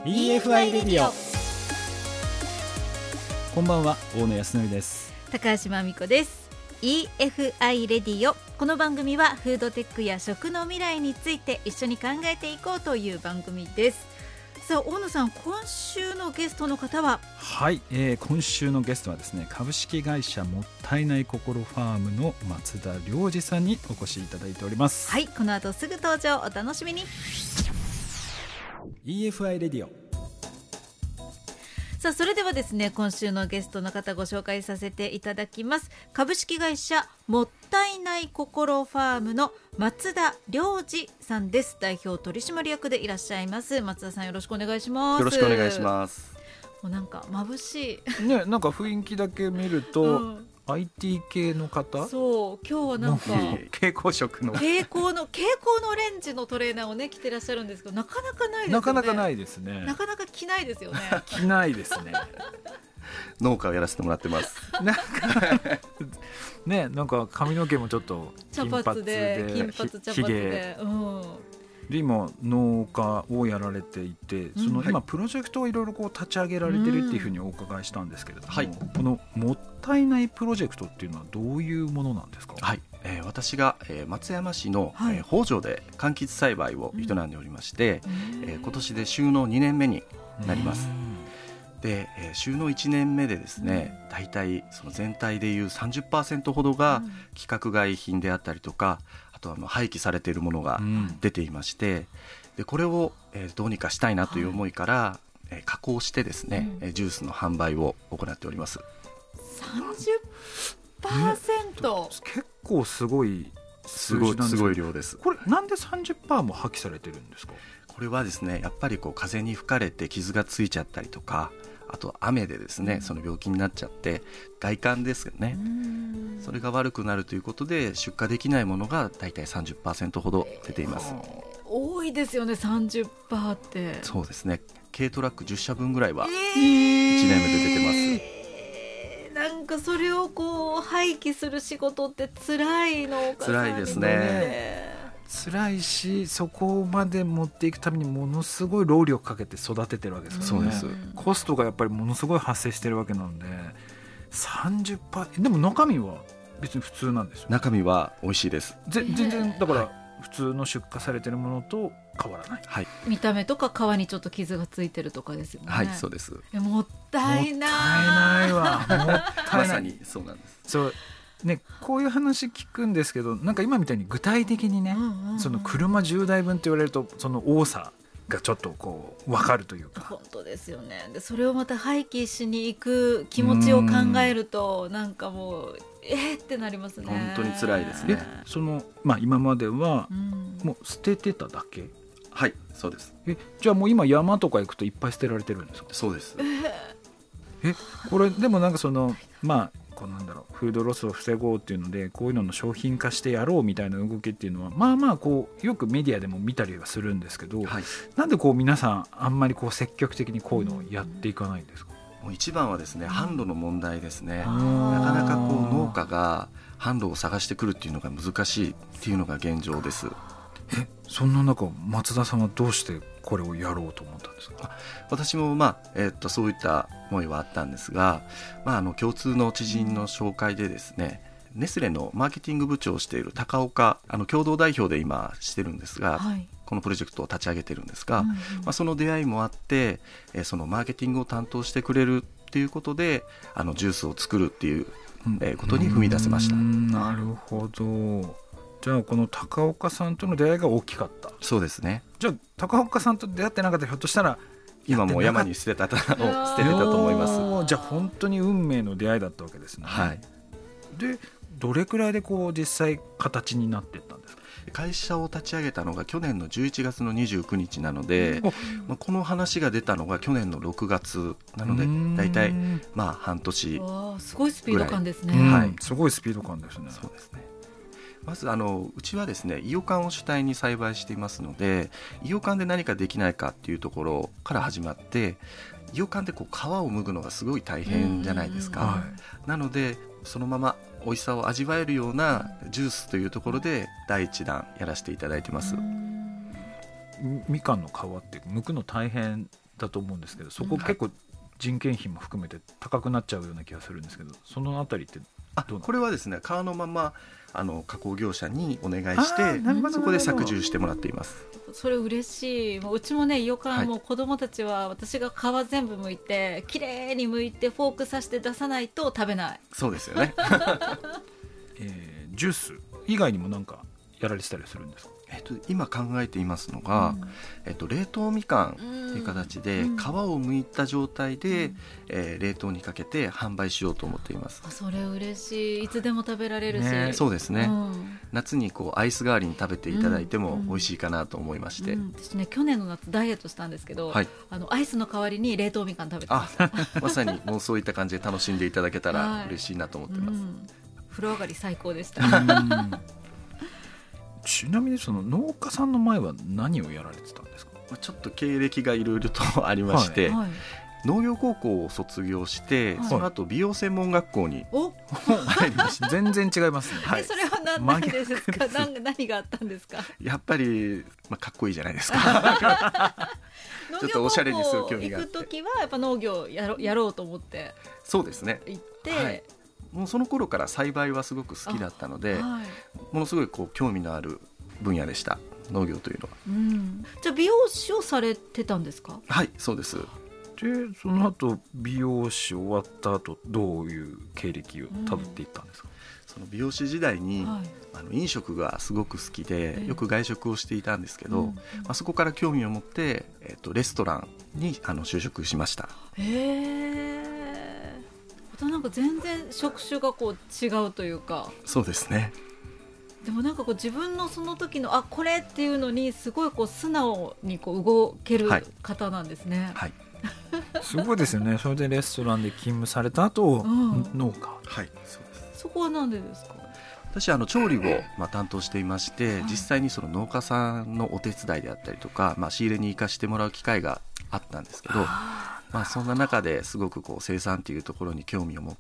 EFI レディオ。こんばんは、大野康則です。 高橋真美子です。 EFI レディオ。この番組はフードテックや食の未来について一緒に考えていこうという番組です。さあ大野さん、今週のゲストの方は？ はい、今週のゲストはですね、株式会社もったいない心ファームの松田良二さんにお越しいただいております。 はい、この後すぐ登場、お楽しみに。 EFI レディオ。 さあそれではですね、今週のゲストの方ご紹介させていただきます。株式会社もったいない心ファームの松田良二さんです。代表取締役でいらっしゃいます。松田さん、よろしくお願いします。 よろしくお願いします。 もうなんか眩しいね、なんか雰囲気だけ見ると、IT 系の方。 そう、今日はなんか蛍光色の蛍光のオレンジのトレーナーをね着てらっしゃるんですけど、なかなかないですよね。 なかなかないですね。 なかなか着ないですよね。 着ないですね。 農家をやらせてもらってます。 なんかね、なんか髪の毛もちょっと金髪で茶髪で、 で今農家をやられていて、その今プロジェクトをいろいろこう立ち上げられてるっていうふうにお伺いしたんですけれども、このもったいないプロジェクトっていうのはどういうものなんですか？ はい、私が、松山市の、北条で柑橘栽培を営んでおりまして、今年で就農2年目になります。で、就農1年目でですね、だいたいその全体でいう 30% ほどが規格外品であったりとか、あとは廃棄されているものが出ていまして、でこれを、どうにかしたいなという思いから、加工してですね、ジュースの販売を行っております。 30%、 結構すごい数字なんです。 すごい量です。 これなんで 30% も破棄されてるんですか？ これはですね、やっぱりこう風に吹かれて傷がついちゃったりとか、あと雨でですね、その病気になっちゃって外観ですよね、それが悪くなるということで出荷できないものがだいたい 30% ほど出ています。 多いですよね、 30% って。 そうですね、軽トラック10車分ぐらいは1年目で出てます。 なんかそれをこう廃棄する仕事って辛いのか。 辛いですね。 辛いし、そこまで持っていくためにものすごい労力かけて育ててるわけですよね。 そうです。 コストがやっぱりものすごい発生してるわけなので 30%。 でも中身は別に普通なんですよ。 中身は美味しいです。 全然だから普通の出荷されてるものと変わらない、 見た目とか皮にちょっと傷がついてるとかですよね。 はい、そうです。 もったいない。 もったいないわ。もったいない。 まさにそうなんです。 そうね、こういう話聞くんですけど、なんか今みたいに具体的にね、その車10台分って言われるとその多さがちょっとこう分かるというか。 本当ですよね。でそれをまた廃棄しに行く気持ちを考えると、なんかもうってなりますね。 本当に辛いですね。 その今まではもう捨ててただけ？ はい、そうです。 じゃあもう今山とか行くといっぱい捨てられてるんですか？ そうです。 これでもなんかそのこうなんだろう、フードロスを防ごうっていうのでこういうのの商品化してやろうみたいな動きっていうのはこうよくメディアでも見たりはするんですけど、なんでこう皆さんあんまりこう積極的にこういうのをやっていかないんですか？ もう一番はですね、販路の問題ですね。なかなかこう農家が販路を探してくるっていうのが難しいっていうのが現状です。 そんな中、松田さんはどうしてこれをやろうと思ったんですか？ 私もそういった思いはあったんですが、共通の知人の紹介でですね、ネスレのマーケティング部長をしている高岡共同代表で今してるんですが、このプロジェクトを立ち上げてるんですが、その出会いもあって、そのマーケティングを担当してくれるっていうことでジュースを作るっていう、ことに踏み出せました。 なるほど。じゃあこの高岡さんとの出会いが大きかった。 そうですね。 じゃあ高岡さんと出会ってなかったらひょっとしたら今もう山に捨ててたと思います。 じゃあ本当に運命の出会いだったわけですね。でどれくらいでこう実際形になっていったんですか？ 会社を立ち上げたのが去年の11月の29日なので、この話が出たのが去年の6月なので、だいたい半年ぐらい。 すごいスピード感ですね。 すごいスピード感ですね。 そうですね。まずうちはですね、イヨカンを主体に栽培していますので、イヨカンで何かできないかっていうところから始まって、イヨカンでこう皮を剥くのがすごい大変じゃないですか。なのでそのまま美味しさを味わえるようなジュースというところで第一弾やらせていただいてます。 みかんの皮って剥くの大変っだと思うんですけど、そこ結構人件費も含めて高くなっちゃうような気がするんですけど、そのあたりってどうこれはですね、皮のまま加工業者にお願いしてそこで搾汁してもらっています。 それ嬉しい。もううちもね、イヨカンも子供たちは私が皮全部剥いてきれいに剥いてフォーク刺して出さないと食べない。 そうですよねジュース以外にもなんかやられてたりするんですか？ 今考えていますのが、冷凍みかんという形で、皮を剥いた状態で、冷凍にかけて販売しようと思っています。 それ嬉しい。いつでも食べられるし、 そうですね、夏にアイス代わりに食べていただいても美味しいかなと思いまして、 私ね、去年の夏ダイエットしたんですけど、アイスの代わりに冷凍みかん食べてました。 まさにもうそういった感じで楽しんでいただけたら嬉しいなと思ってます。 風呂上がり最高でしたちなみにその農家さんの前は何をやられてたんですか？ ちょっと経歴がいろいろとありまして、農業高校を卒業して、その後美容専門学校に入りました。 全然違いますね。 それは何ですか？何があったんですか？ やっぱり、かっこいいじゃないですかちょっとおしゃれにする興味があって、 行く時はやっぱ農業やろうと思ってそうですね行って、 もうその頃から栽培はすごく好きだったので、ものすごい興味のある分野でした、農業というのは。 じゃあ美容師をされてたんですか？ はい、そうです。 でその後美容師終わった後どういう経歴をたどっていったんですか？ その美容師時代に、飲食がすごく好きで、よく外食をしていたんですけど、そこから興味を持って、レストランに就職しました。 なんか全然職種が違うというか。 そうですね。 でもなんか自分のその時のこれっていうのにすごい素直に動ける方なんですね。 すごいですよね。それでレストランで勤務された後、農家。 はい、そうです。 そこはなんでですか？ 私調理を担当していまして、実際にその農家さんのお手伝いであったりとか、仕入れに行かしてもらう機会があったんですけど、そんな中ですごく生産っていうところに興味を持って、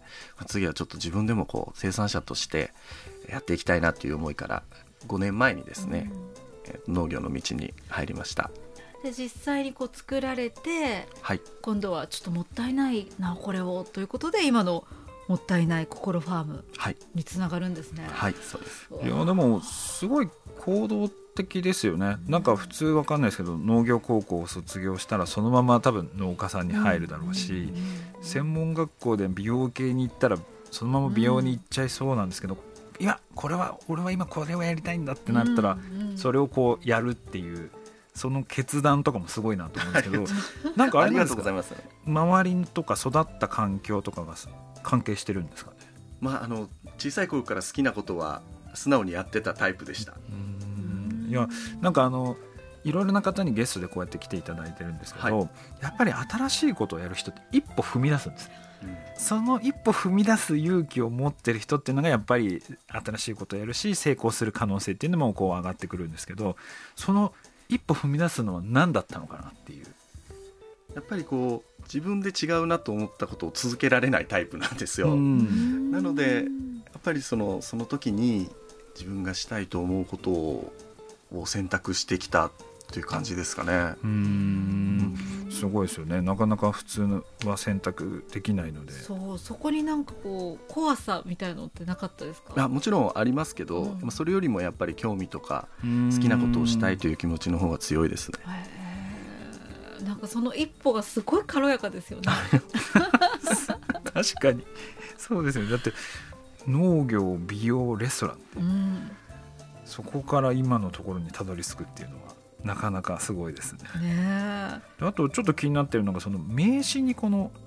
次はちょっと自分でも生産者としてやっていきたいなという思いから5年前にですね、農業の道に入りました。 で実際に作られて、今度はちょっともったいないなこれをということで、今のもったいない心ファームにつながるんですね。 はい、そうです。 いやでもすごい行動的ですよね。なんか普通わかんないですけど、農業高校を卒業したらそのまま多分農家さんに入るだろうし、専門学校で美容系に行ったらそのまま美容に行っちゃいそうなんですけど、いや俺は今これをやりたいんだってなったら、それをやるっていうその決断とかもすごいなと思うんですけどなんかあれなんですか、周りとか育った環境とかが関係してるんですかね？ 小さい頃から好きなことは素直にやってたタイプでした。 いやなんかいろいろな方にゲストでこうやって来ていただいてるんですけど、やっぱり新しいことをやる人って一歩踏み出すんです、その一歩踏み出す勇気を持ってる人っていうのがやっぱり新しいことをやるし成功する可能性っていうのも上がってくるんですけど、その一歩踏み出すのは何だったのかなっていう。 やっぱり自分で違うなと思ったことを続けられないタイプなんですよ。なのでやっぱりその時に自分がしたいと思うことを選択してきたという感じですかね。 すごいですよね。なかなか普通は選択できないので。 そこになんか怖さみたいなのってなかったですか？ もちろんありますけど、それよりもやっぱり興味とか好きなことをしたいという気持ちの方が強いですね。 なんかその一歩がすごい軽やかですよね確かにそうですよね。だって農業、美容、レストラン、そこから今のところにたどり着くっていうのはなかなかすごいですね。あとちょっと気になってるのが、その名刺にこの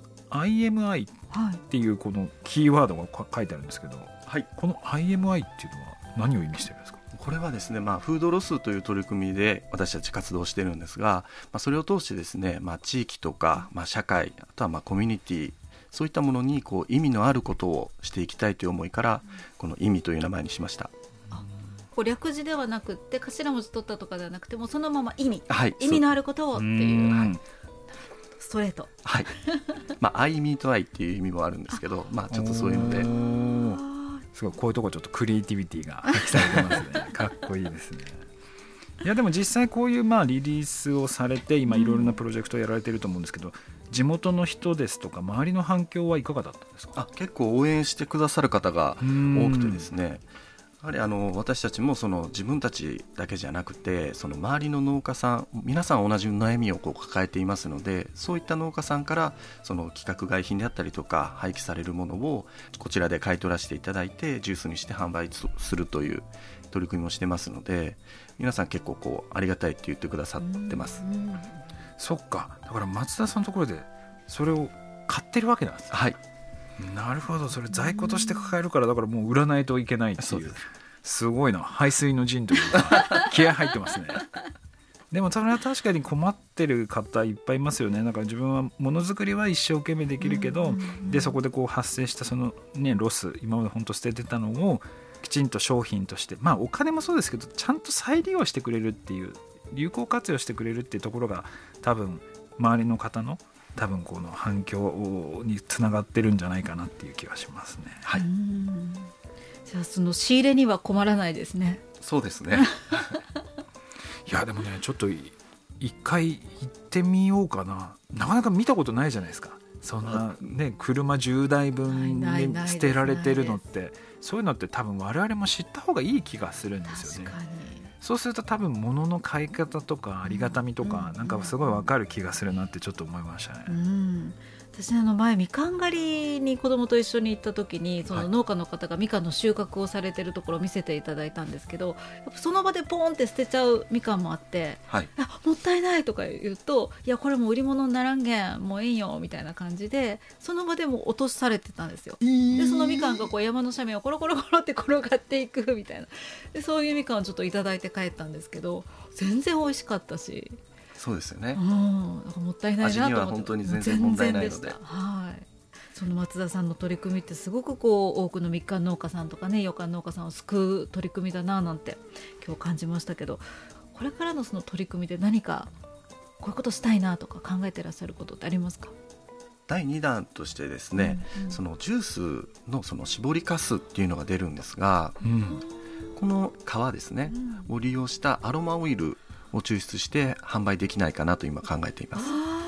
IMI っていうこのキーワードが書いてあるんですけど、この IMI っていうのは何を意味してるんですか？ これはですね、フードロスという取り組みで私たち活動してるんですが、それを通してですね、地域とか、社会、あとはコミュニティ、そういったものに意味のあることをしていきたいという思いから、この意味という名前にしました。 略字ではなくって頭文字取ったとかではなくて、もうそのまま意味のあることをっていう、ストレート。 I me to I っていう意味もあるんですけど、ちょっとそういうのですごいこういうところちょっとクリエイティビティが発揮されてますねかっこいいですね。 いやでも実際こういうリリースをされて今いろいろなプロジェクトをやられてると思うんですけど、地元の人ですとか周りの反響はいかがだったんですか？ 結構応援してくださる方が多くてですね、やはり私たちも自分たちだけじゃなくて周りの農家さん皆さん同じ悩みを抱えていますので、そういった農家さんから規格外品であったりとか廃棄されるものをこちらで買い取らせていただいてジュースにして販売するという取り組みもしてますので、皆さん結構ありがたいって言ってくださってます。 そっか、だから松田さんのところでそれを買ってるわけなんですね。 はい、 なるほど。それ在庫として抱えるから、だからもう売らないといけないっていう、すごいな、排水の陣というか気合入ってますね。でもそれは確かに困ってる方いっぱいいますよね。だから自分はものづくりは一生懸命できるけど、でそこで発生したロス、今まで本当捨ててたのをきちんと商品として、お金もそうですけどちゃんと再利用してくれるっていう、有効活用してくれるっていうところが多分周りの方のこの反響につながってるんじゃないかなっていう気がしますね。 はい、 じゃあその仕入れには困らないですね。 そうですねいやでもね、ちょっと一回行ってみようかな。なかなか見たことないじゃないですか、そんなね車10台分に捨てられてるのって。そういうのって多分我々も知った方がいい気がするんですよね。 確かに。 そうすると多分物の買い方とかありがたみとかなんかすごい分かる気がするなってちょっと思いましたね。 私前みかん狩りに子供と一緒に行った時に農家の方がみかんの収穫をされてるところを見せていただいたんですけど、やっぱその場でポーンって捨てちゃうみかんもあって、もったいないとか言うと、いやこれも売り物にならんげんもうええんよみたいな感じでその場でも落とされてたんですよ。でそのみかんが山の斜面をコロコロコロって転がっていくみたいな、でそういうみかんをちょっといただいて帰ったんですけど、全然美味しかったし。 そうですよね、 なんかもったいないなと思って。 味には本当に全然問題ないので。 その松田さんの取り組みってすごく多くのみかん農家さんとかね、よかん農家さんを救う取り組みだななんて今日感じましたけど、これからのその取り組みで何かこういうことしたいなとか考えてらっしゃることってありますか？ 第2弾としてですね、そのジュースの搾りかすっていうのが出るんですが、この皮ですね、を利用したアロマオイルを抽出して販売できないかなと今考えています。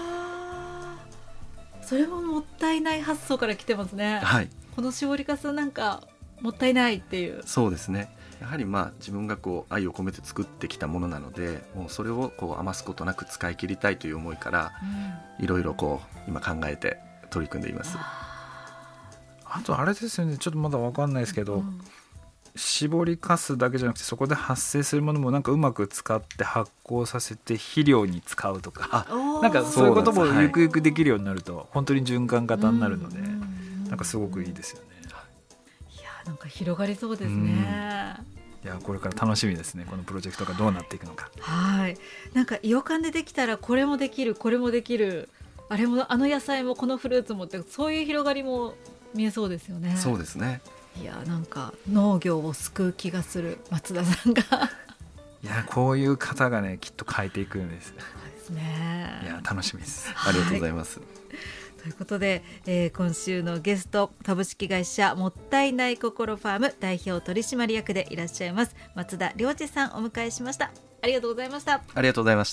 それももったいない発想から来てますね。この搾りかすなんかもったいないっていう。 そうですね、やはり自分が愛を込めて作ってきたものなので、もうそれを余すことなく使い切りたいという思いからいろいろ今考えて取り組んでいます。 あとあれですよね、ちょっとまだ分かんないですけど、搾りかすだけじゃなくてそこで発生するものもなんかうまく使って発酵させて肥料に使うとか、なんかそういうこともゆくゆくできるようになると本当に循環型になるので、なんかすごくいいですよね。 いやなんか広がりそうですね。 いやこれから楽しみですね、このプロジェクトがどうなっていくのか。 なんかいよかんでできたらこれもできるこれもできる、あれも野菜もこのフルーツもって、そういう広がりも見えそうですよね。 そうですね。 いやなんか農業を救う気がする松田さんがいやこういう方がねきっと変えていくんです。 そうですね。 いや楽しみです。 ありがとうございます。 ということで、今週のゲスト、株式会社もったいない心ファーム代表取締役でいらっしゃいます松田良二さんをお迎えしました。ありがとうございました。 ありがとうございました。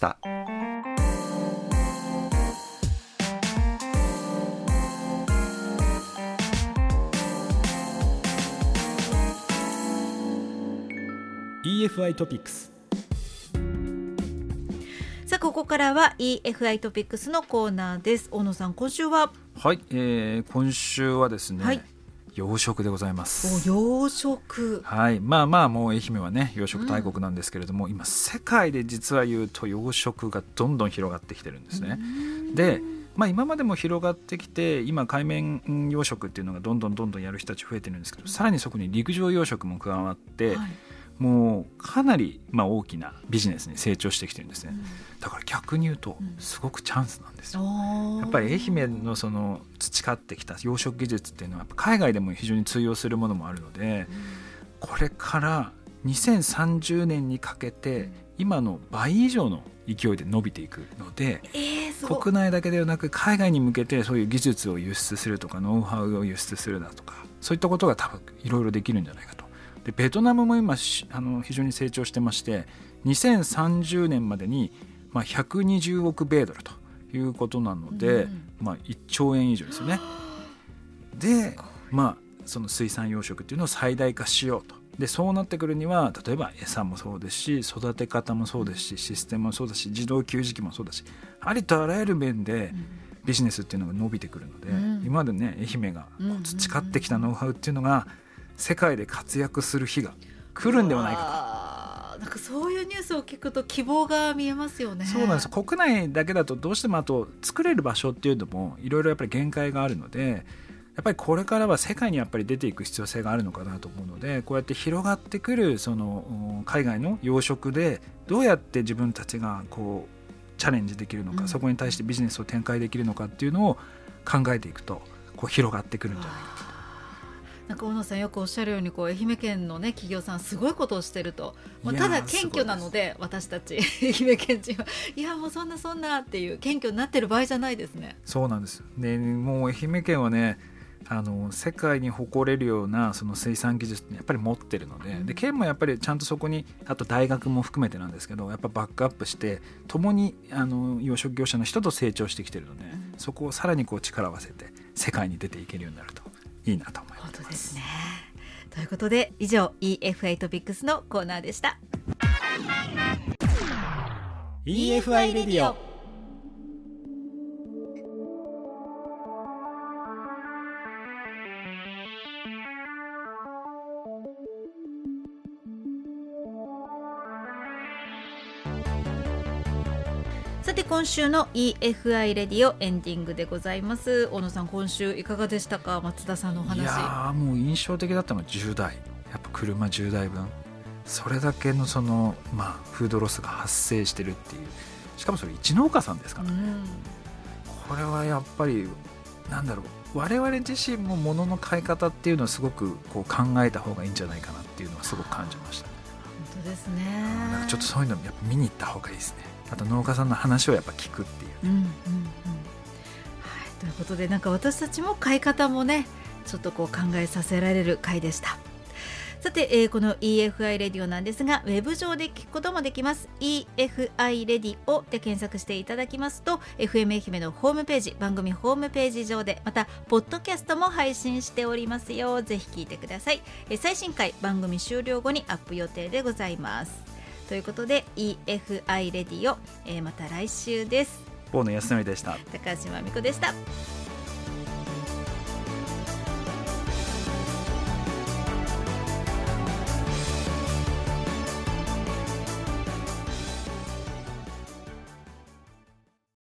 EFI トピックス。 さあここからは EFI トピックスのコーナーです。大野さん、今週は今週はですね、養殖でございます。 養殖、 もう愛媛はね養殖大国なんですけれども、今世界で実は言うと養殖がどんどん広がってきてるんですね。で今までも広がってきて、今海面養殖っていうのがどんどんやる人たち増えてるんですけど、さらにそこに陸上養殖も加わって、もうかなり大きなビジネスに成長してきてるんですね。だから逆に言うとすごくチャンスなんですよ。やっぱり愛媛の培ってきた養殖技術っていうのはやっぱ海外でも非常に通用するものもあるので、これから2030年にかけて今の倍以上の勢いで伸びていくので、国内だけではなく海外に向けてそういう技術を輸出するとかノウハウを輸出するだとか、そういったことが多分いろいろできるんじゃないかと。でベトナムも今非常に成長してまして、 2030年までに、120億米ドルということなので、1兆円以上ですよね。で、その水産養殖っていうのを最大化しようと。でそうなってくるには、例えば餌もそうですし、育て方もそうですし、システムもそうだし、自動給餌器もそうだし、ありとあらゆる面でビジネスっていうのが伸びてくるので、今までね、愛媛が培ってきたノウハウっていうのが世界で活躍する日が来るんではないかと。 なんかそういうニュースを聞くと希望が見えますよね。 そうなんです。国内だけだとどうしてもあと作れる場所っていうのもいろいろやっぱり限界があるので、やっぱりこれからは世界にやっぱり出ていく必要性があるのかなと思うので、こうやって広がってくるその海外の養殖でどうやって自分たちがこうチャレンジできるのか、そこに対してビジネスを展開できるのかっていうのを考えていくと、こう広がってくるんじゃないかと。 なんか大野さんよくおっしゃるように、こう愛媛県の、ね、企業さんすごいことをしてると、ただ謙虚なので、私たち愛媛県人はいやもうそんなっていう謙虚になってる場合じゃないですね。 そうなんです。でもう愛媛県はね、世界に誇れるようなその水産技術ってやっぱり持ってるので、で県もやっぱりちゃんとそこに、あと大学も含めてなんですけど、やっぱバックアップして共に養殖業者の人と成長してきてるので、そこをさらにこう力を合わせて世界に出ていけるようになるといいなと思います。 本当ですね。ということで以上 EFI トピックスのコーナーでした。 EFI レディオ。 さて今週の EFI レディオエンディングでございます。大野さん、今週いかがでしたか？松田さんのお話。 いやもう印象的だったのは10台、やっぱ車10台分、それだけのその、フードロスが発生してるっていう、しかもそれ一農家さんですから、これはやっぱり我々自身も物の買い方っていうのをすごくこう考えた方がいいんじゃないかなっていうのはすごく感じました。 本当ですね。 なんかちょっとそういうのやっぱ見に行った方がいいですね。あと農家さんの話をやっぱ聞くっていう、 はい、ということで、なんか私たちも買い方もね、ちょっとこう考えさせられる回でした。さて、この EFI レディオなんですが、ウェブ上で聞くこともできます。 EFI レディオで検索していただきますと FM 愛媛のホームページ、番組ホームページ上で、またポッドキャストも配信しておりますよ。ぜひ聞いてください。最新回番組終了後にアップ予定でございます。ということで EFI レディオ、また来週です。 大野康則でした。 高橋真美子でした。